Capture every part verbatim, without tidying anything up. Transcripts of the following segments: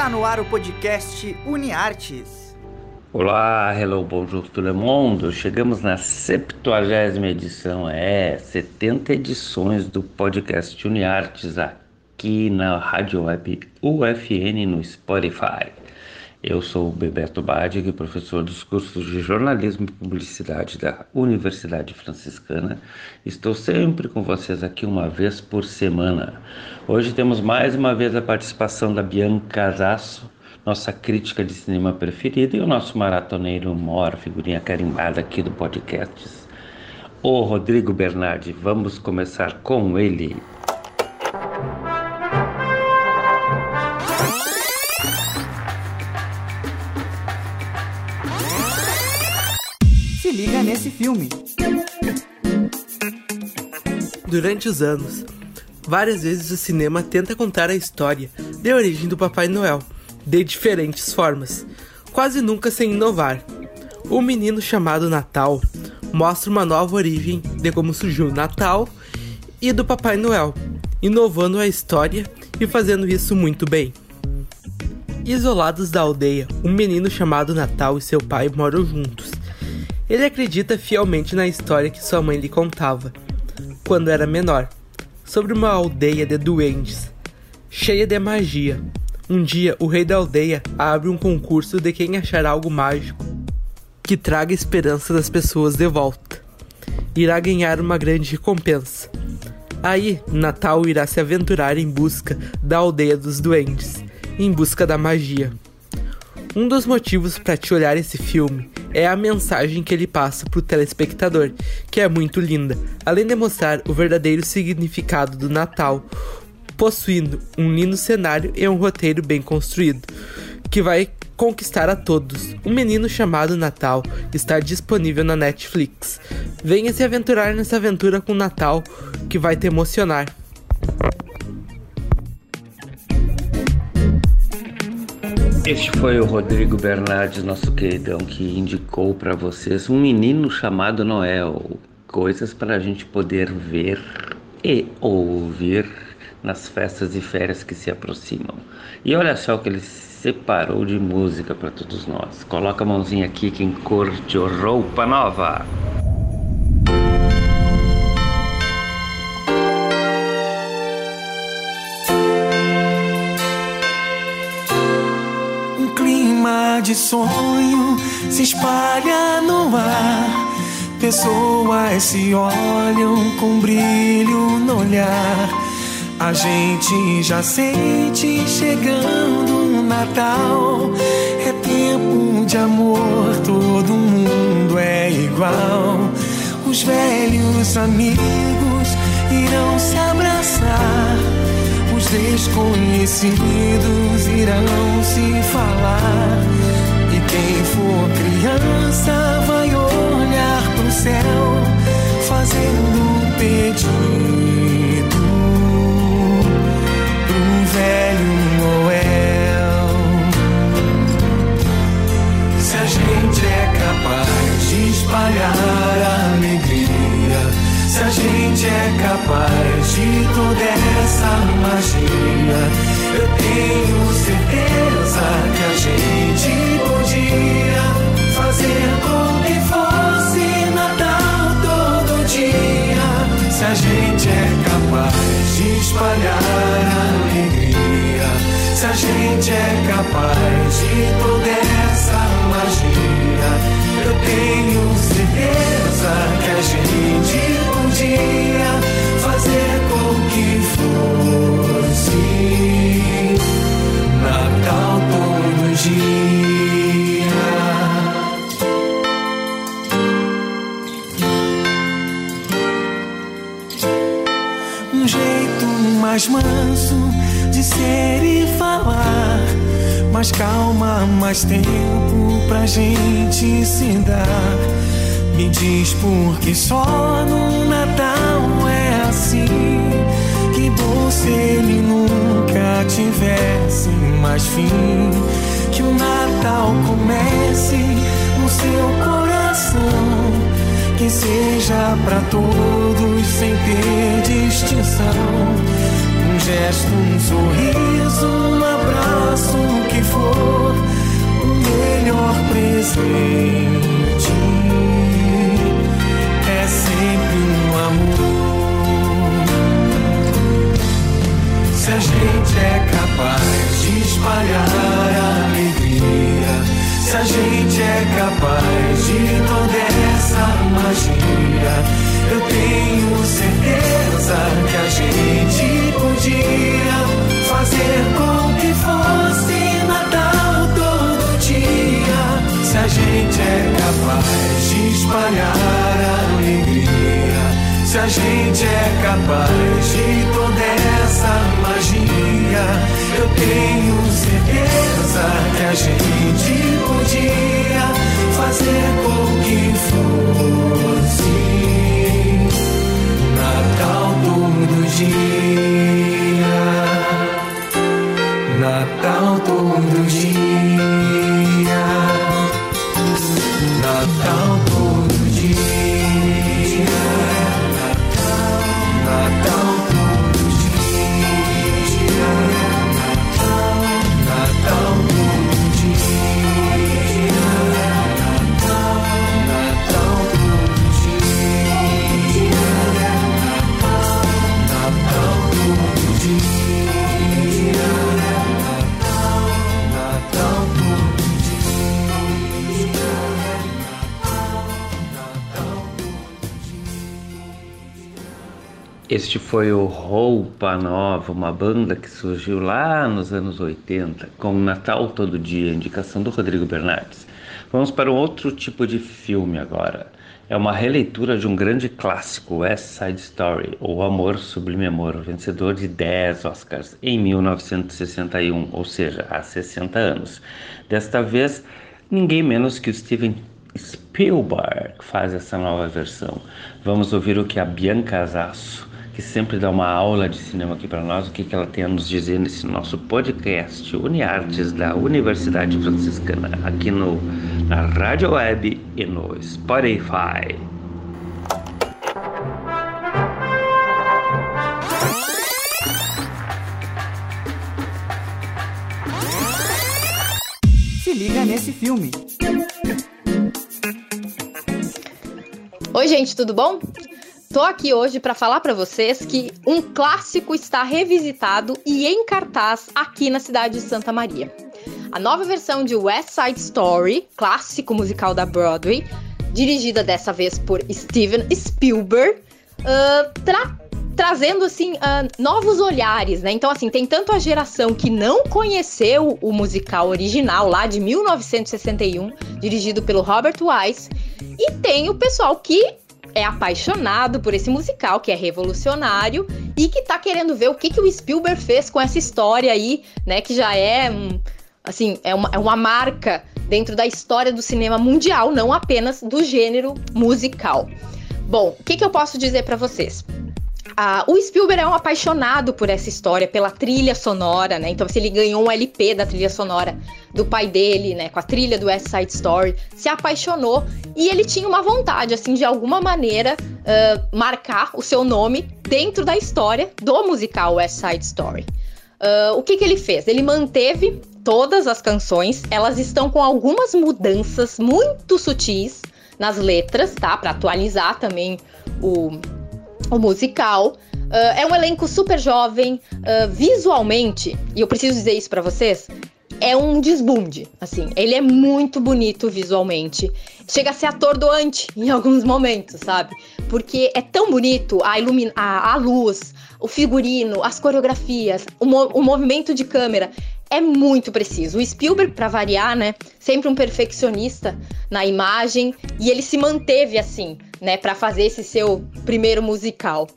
Está no ar o podcast UniArtes. Olá, hello, bonjour tout le monde. Chegamos na septuagésima edição, é, setenta edições do podcast UniArtes aqui na Rádio Web U F N no Spotify. Eu sou o Bebeto Badig, professor dos cursos de Jornalismo e Publicidade da Universidade Franciscana. Estou sempre com vocês aqui uma vez por semana. Hoje temos mais uma vez a participação da Bianca Zasso, nossa crítica de cinema preferida, e o nosso maratoneiro maior, figurinha carimbada aqui do podcast, o Rodrigo Bernardi. Vamos começar com ele. Se liga nesse filme. Durante os anos, várias vezes o cinema tenta contar a história de origem do Papai Noel, de diferentes formas, quase nunca sem inovar. O Menino Chamado Natal mostra uma nova origem de como surgiu o Natal e do Papai Noel, inovando a história e fazendo isso muito bem. Isolados da aldeia, um menino chamado Natal e seu pai moram juntos. Ele acredita fielmente na história que sua mãe lhe contava, quando era menor, sobre uma aldeia de duendes, cheia de magia. Um dia, o rei da aldeia abre um concurso de quem achar algo mágico que traga esperança das pessoas de volta. Irá ganhar uma grande recompensa. Aí, Natal irá se aventurar em busca da aldeia dos duendes, em busca da magia. Um dos motivos para te olhar esse filme é a mensagem que ele passa para o telespectador, que é muito linda, além de mostrar o verdadeiro significado do Natal, possuindo um lindo cenário e um roteiro bem construído, que vai conquistar a todos. Um Menino Chamado Natal está disponível na Netflix. Venha se aventurar nessa aventura com o Natal, que vai te emocionar. Este foi o Rodrigo Bernardi, nosso queridão, que indicou para vocês Um Menino Chamado Noel. Coisas para a gente poder ver e ouvir nas festas e férias que se aproximam. E olha só o que ele separou de música para todos nós. Coloca a mãozinha aqui quem curte roupa nova. De sonho se espalha no ar, pessoas se olham com brilho no olhar. A gente já sente chegando o Natal, é tempo de amor, todo mundo é igual. Os velhos amigos irão se abraçar, os desconhecidos irão se falar. E quem for criança vai olhar pro céu, fazendo um pedido pro velho Noel. Se a gente é capaz de espalhar a alegria, se a gente é capaz de toda essa magia, eu tenho certeza que a gente podia fazer com que fosse Natal todo dia. Se a gente é capaz de espalhar a alegria, se a gente é capaz de toda essa magia, eu tenho certeza que a gente podia fazer com que fosse Natal todo dia. Um jeito mais manso de ser e falar, mais calma, mais tempo pra gente se dar. Me diz por que só no Natal é assim. Que bom se ele nunca tivesse mais fim. Que o Natal comece no seu coração, que seja pra todos sem ter distinção. Um gesto, um sorriso, um abraço, o que for, o melhor presente é sempre um amor. Se a gente é capaz de espalhar a alegria, se a gente é capaz de toda essa magia, eu tenho certeza que a gente podia fazer com que fosse Natal todo dia. Se a gente é capaz de espalhar a alegria, se a gente é capaz de toda essa magia, eu tenho certeza que a gente podia fazer com que fosse Natal todo dia, Natal todo dia, Natal todo dia, Natal todo dia, Natal todo dia, Natal todo dia, Natal todo dia, Natal todo Este foi o Roupa Nova, uma banda que surgiu lá nos anos oitenta, com Natal Todo Dia, indicação do Rodrigo Bernardes. Vamos para um outro tipo de filme agora. É uma releitura de um grande clássico, West Side Story, ou Amor Sublime Amor, vencedor de dez Oscars em mil novecentos e sessenta e um, ou seja, há sessenta anos. Desta vez, ninguém menos que o Steven Spielberg faz essa nova versão. Vamos ouvir o que a Bianca Azasso, que sempre dá uma aula de cinema aqui para nós, o que, que ela tem a nos dizer nesse nosso podcast UniArtes da Universidade Franciscana, aqui no, na Rádio Web e no Spotify. Se liga nesse filme. Oi, gente, tudo bom? Tô aqui hoje para falar para vocês que um clássico está revisitado e em cartaz aqui na cidade de Santa Maria. A nova versão de West Side Story, clássico musical da Broadway, dirigida dessa vez por Steven Spielberg, uh, tra- trazendo assim uh, novos olhares, né? Então, assim, tem tanto a geração que não conheceu o musical original lá de mil novecentos e sessenta e um, dirigido pelo Robert Wise, e tem o pessoal que é apaixonado por esse musical, que é revolucionário, e que tá querendo ver o que, que o Spielberg fez com essa história aí, né, que já é, um, assim, é uma, é uma marca dentro da história do cinema mundial, não apenas do gênero musical. Bom, o que, que eu posso dizer para vocês? Ah, o Spielberg é um apaixonado por essa história, pela trilha sonora, né? Então, se ele ganhou um L P da trilha sonora do pai dele, né? Com a trilha do West Side Story, se apaixonou e ele tinha uma vontade, assim, de alguma maneira uh, marcar o seu nome dentro da história do musical West Side Story. Uh, o que que ele fez? Ele manteve todas as canções, elas estão com algumas mudanças muito sutis nas letras, tá? Para atualizar também o... o musical. Uh, é um elenco super jovem, uh, visualmente, e eu preciso dizer isso pra vocês, é um desbunde, assim, ele é muito bonito visualmente, chega a ser atordoante em alguns momentos, sabe, porque é tão bonito a, ilumina- a, a luz, o figurino, as coreografias, o, mo- o movimento de câmera, é muito preciso. O Spielberg, pra variar, né, sempre um perfeccionista na imagem, e ele se manteve assim, né, pra fazer esse seu primeiro musical.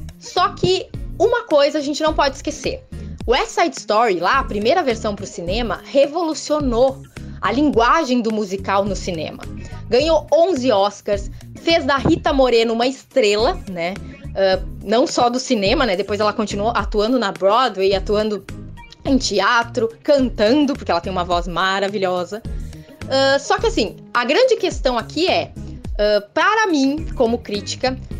Só que uma coisa a gente não pode esquecer. West Side Story, lá, a primeira versão pro cinema, revolucionou a linguagem do musical no cinema. Ganhou onze Oscars, fez da Rita Moreno uma estrela, né, uh, não só do cinema, né, depois ela continuou atuando na Broadway, atuando em teatro, cantando, porque ela tem uma voz maravilhosa. Uh, só que assim, a grande questão aqui é, uh, para mim, como crítica,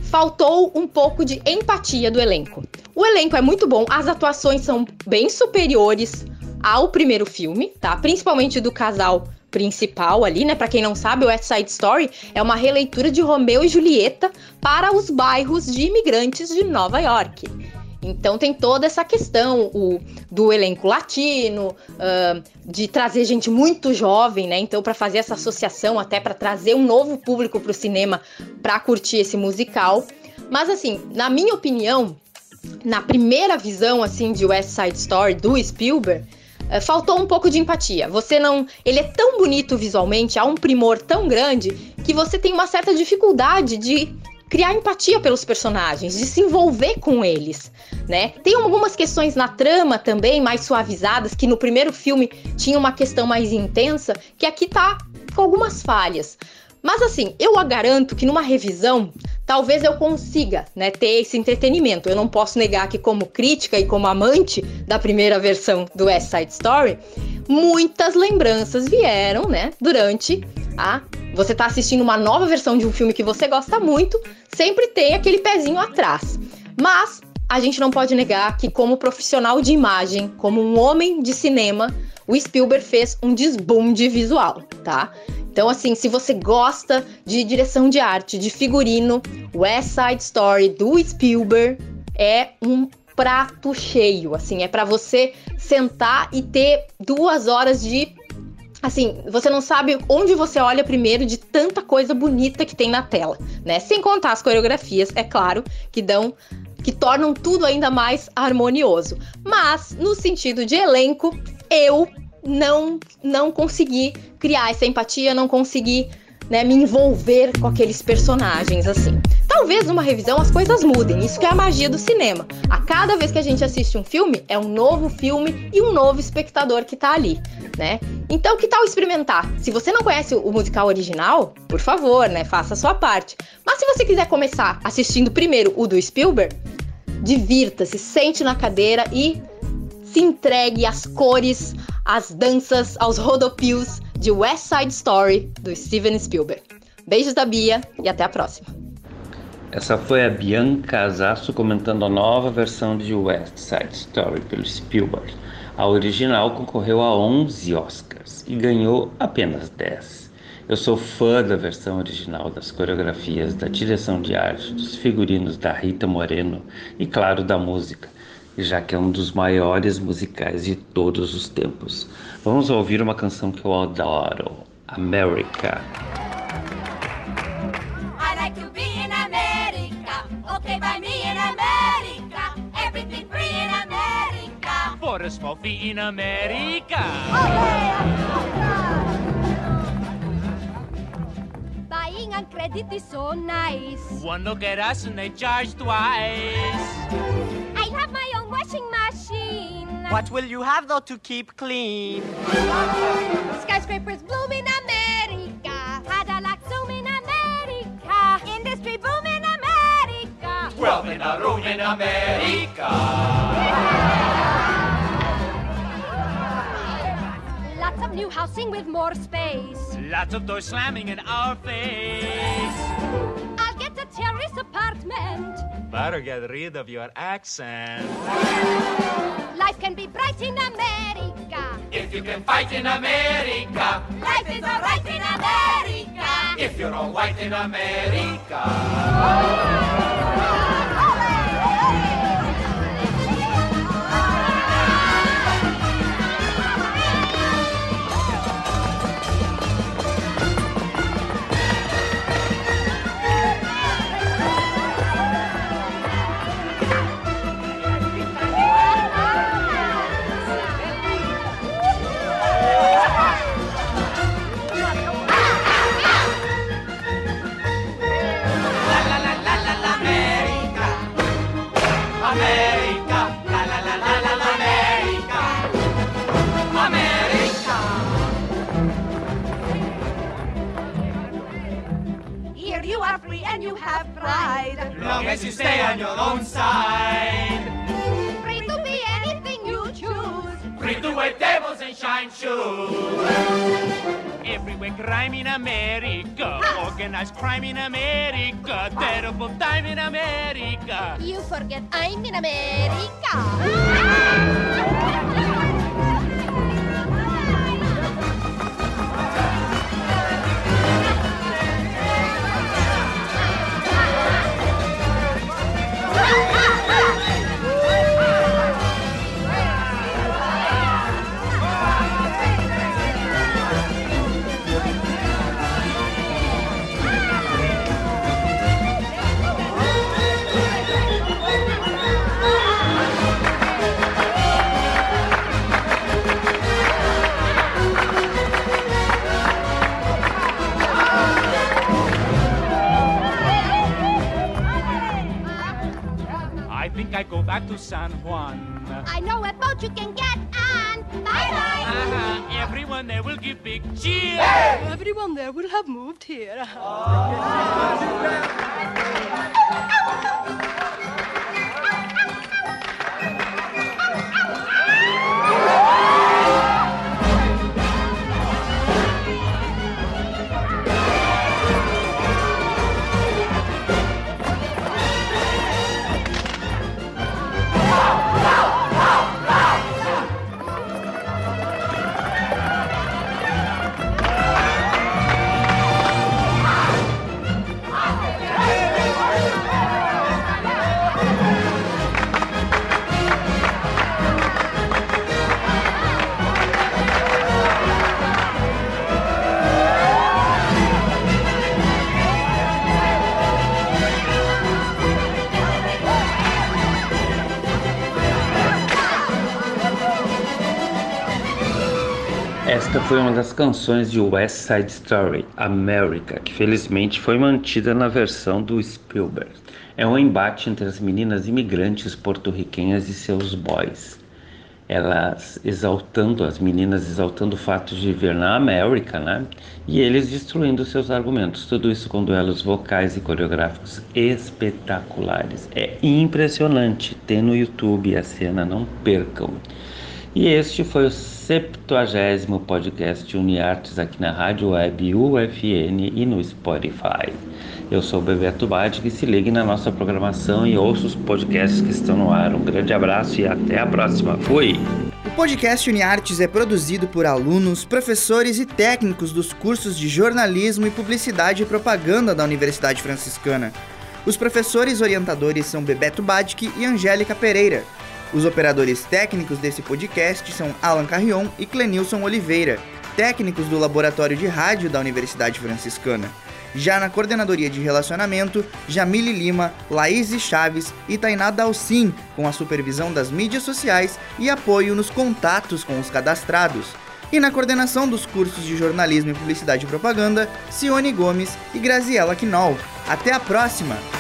faltou um pouco de empatia do elenco. O elenco é muito bom, as atuações são bem superiores ao primeiro filme, tá? Principalmente do casal principal ali, né? Pra quem não sabe, o West Side Story é uma releitura de Romeu e Julieta para os bairros de imigrantes de Nova York. Então tem toda essa questão o, do elenco latino, uh, de trazer gente muito jovem, né? Então para fazer essa associação, até para trazer um novo público para o cinema para curtir esse musical. Mas assim, na minha opinião, na primeira visão assim de West Side Story do Spielberg, uh, faltou um pouco de empatia. Você não, ele é tão bonito visualmente, há um primor tão grande que você tem uma certa dificuldade de criar empatia pelos personagens, de se envolver com eles, né? Tem algumas questões na trama também, mais suavizadas, que no primeiro filme tinha uma questão mais intensa, que aqui tá com algumas falhas. Mas assim, eu garanto que numa revisão, talvez eu consiga, né, ter esse entretenimento. Eu não posso negar que como crítica e como amante da primeira versão do West Side Story, muitas lembranças vieram, né, durante a... Você tá assistindo uma nova versão de um filme que você gosta muito, sempre tem aquele pezinho atrás. Mas a gente não pode negar que como profissional de imagem, como um homem de cinema, o Spielberg fez um desbunde visual, tá? Então, assim, se você gosta de direção de arte, de figurino, West Side Story do Spielberg é um prato cheio, assim, é pra você sentar e ter duas horas de... Assim, você não sabe onde você olha primeiro de tanta coisa bonita que tem na tela, né? Sem contar as coreografias, é claro, que dão, que tornam tudo ainda mais harmonioso. Mas, no sentido de elenco, eu não, não consegui criar essa empatia, não consegui, né, me envolver com aqueles personagens, assim. Talvez numa revisão as coisas mudem, isso que é a magia do cinema. A cada vez que a gente assiste um filme, é um novo filme e um novo espectador que tá ali, né? Então, que tal experimentar? Se você não conhece o musical original, por favor, né, faça a sua parte. Mas se você quiser começar assistindo primeiro o do Spielberg, divirta-se, sente na cadeira e se entregue às cores, às danças, aos rodopios de West Side Story, do Steven Spielberg. Beijos da Bia e até a próxima. Essa foi a Bianca Azasso comentando a nova versão de West Side Story pelo Spielberg. A original concorreu a onze Oscars e ganhou apenas dez. Eu sou fã da versão original, das coreografias, da direção de arte, dos figurinos da Rita Moreno e, claro, da música, já que é um dos maiores musicais de todos os tempos. Vamos ouvir uma canção que eu adoro, America. I like to be in America, okay by me in America, everything free in America. For a small fee in America. Buying on credit is so nice. One look at us and they charge twice. I have my own washing machine. What will you have though to keep clean? Skyscrapers bloom in America. Cadillac zoom in America. Industry boom in America. Twelve in a room in America. Lots of new housing with more space. Lots of doors slamming in our face. I'll get a terrace apartment. Better get rid of your accent. Life can be bright in America. If you can fight in America. Life is alright in America. If you're all white in America. And you have pride. Long as you stay on your own side. Free to be anything you choose. free to wear tables and shine shoes. Everywhere crime in America, organized crime in America, terrible time in America. You forget I'm in America. I go back to San Juan. I know a boat you can get on. Bye-bye. Uh-huh. Everyone there will give big cheers. Hey! Everyone there will have moved here. Esta foi uma das canções de West Side Story, America, que felizmente foi mantida na versão do Spielberg. É um embate entre as meninas imigrantes porto-riquenhas e seus boys. Elas exaltando, as meninas exaltando o fato de viver na América, né? E eles destruindo seus argumentos. Tudo isso com duelos vocais e coreográficos espetaculares. É impressionante. Tem no YouTube a cena, não percam. E este foi o septuagésimo podcast UniArtes aqui na Rádio Web U F N e no Spotify. Eu sou o Bebeto Badic e se ligue na nossa programação e ouça os podcasts que estão no ar. Um grande abraço e até a próxima. Fui! O podcast UniArtes é produzido por alunos, professores e técnicos dos cursos de jornalismo e publicidade e propaganda da Universidade Franciscana. Os professores orientadores são Bebeto Badic e Angélica Pereira. Os operadores técnicos desse podcast são Alan Carrion e Clenilson Oliveira, técnicos do Laboratório de Rádio da Universidade Franciscana. Já na coordenadoria de relacionamento, Jamile Lima, Laís Chaves e Tainá Dalcin, com a supervisão das mídias sociais e apoio nos contatos com os cadastrados. E na coordenação dos cursos de jornalismo e publicidade e propaganda, Cione Gomes e Graziela Quinol. Até a próxima!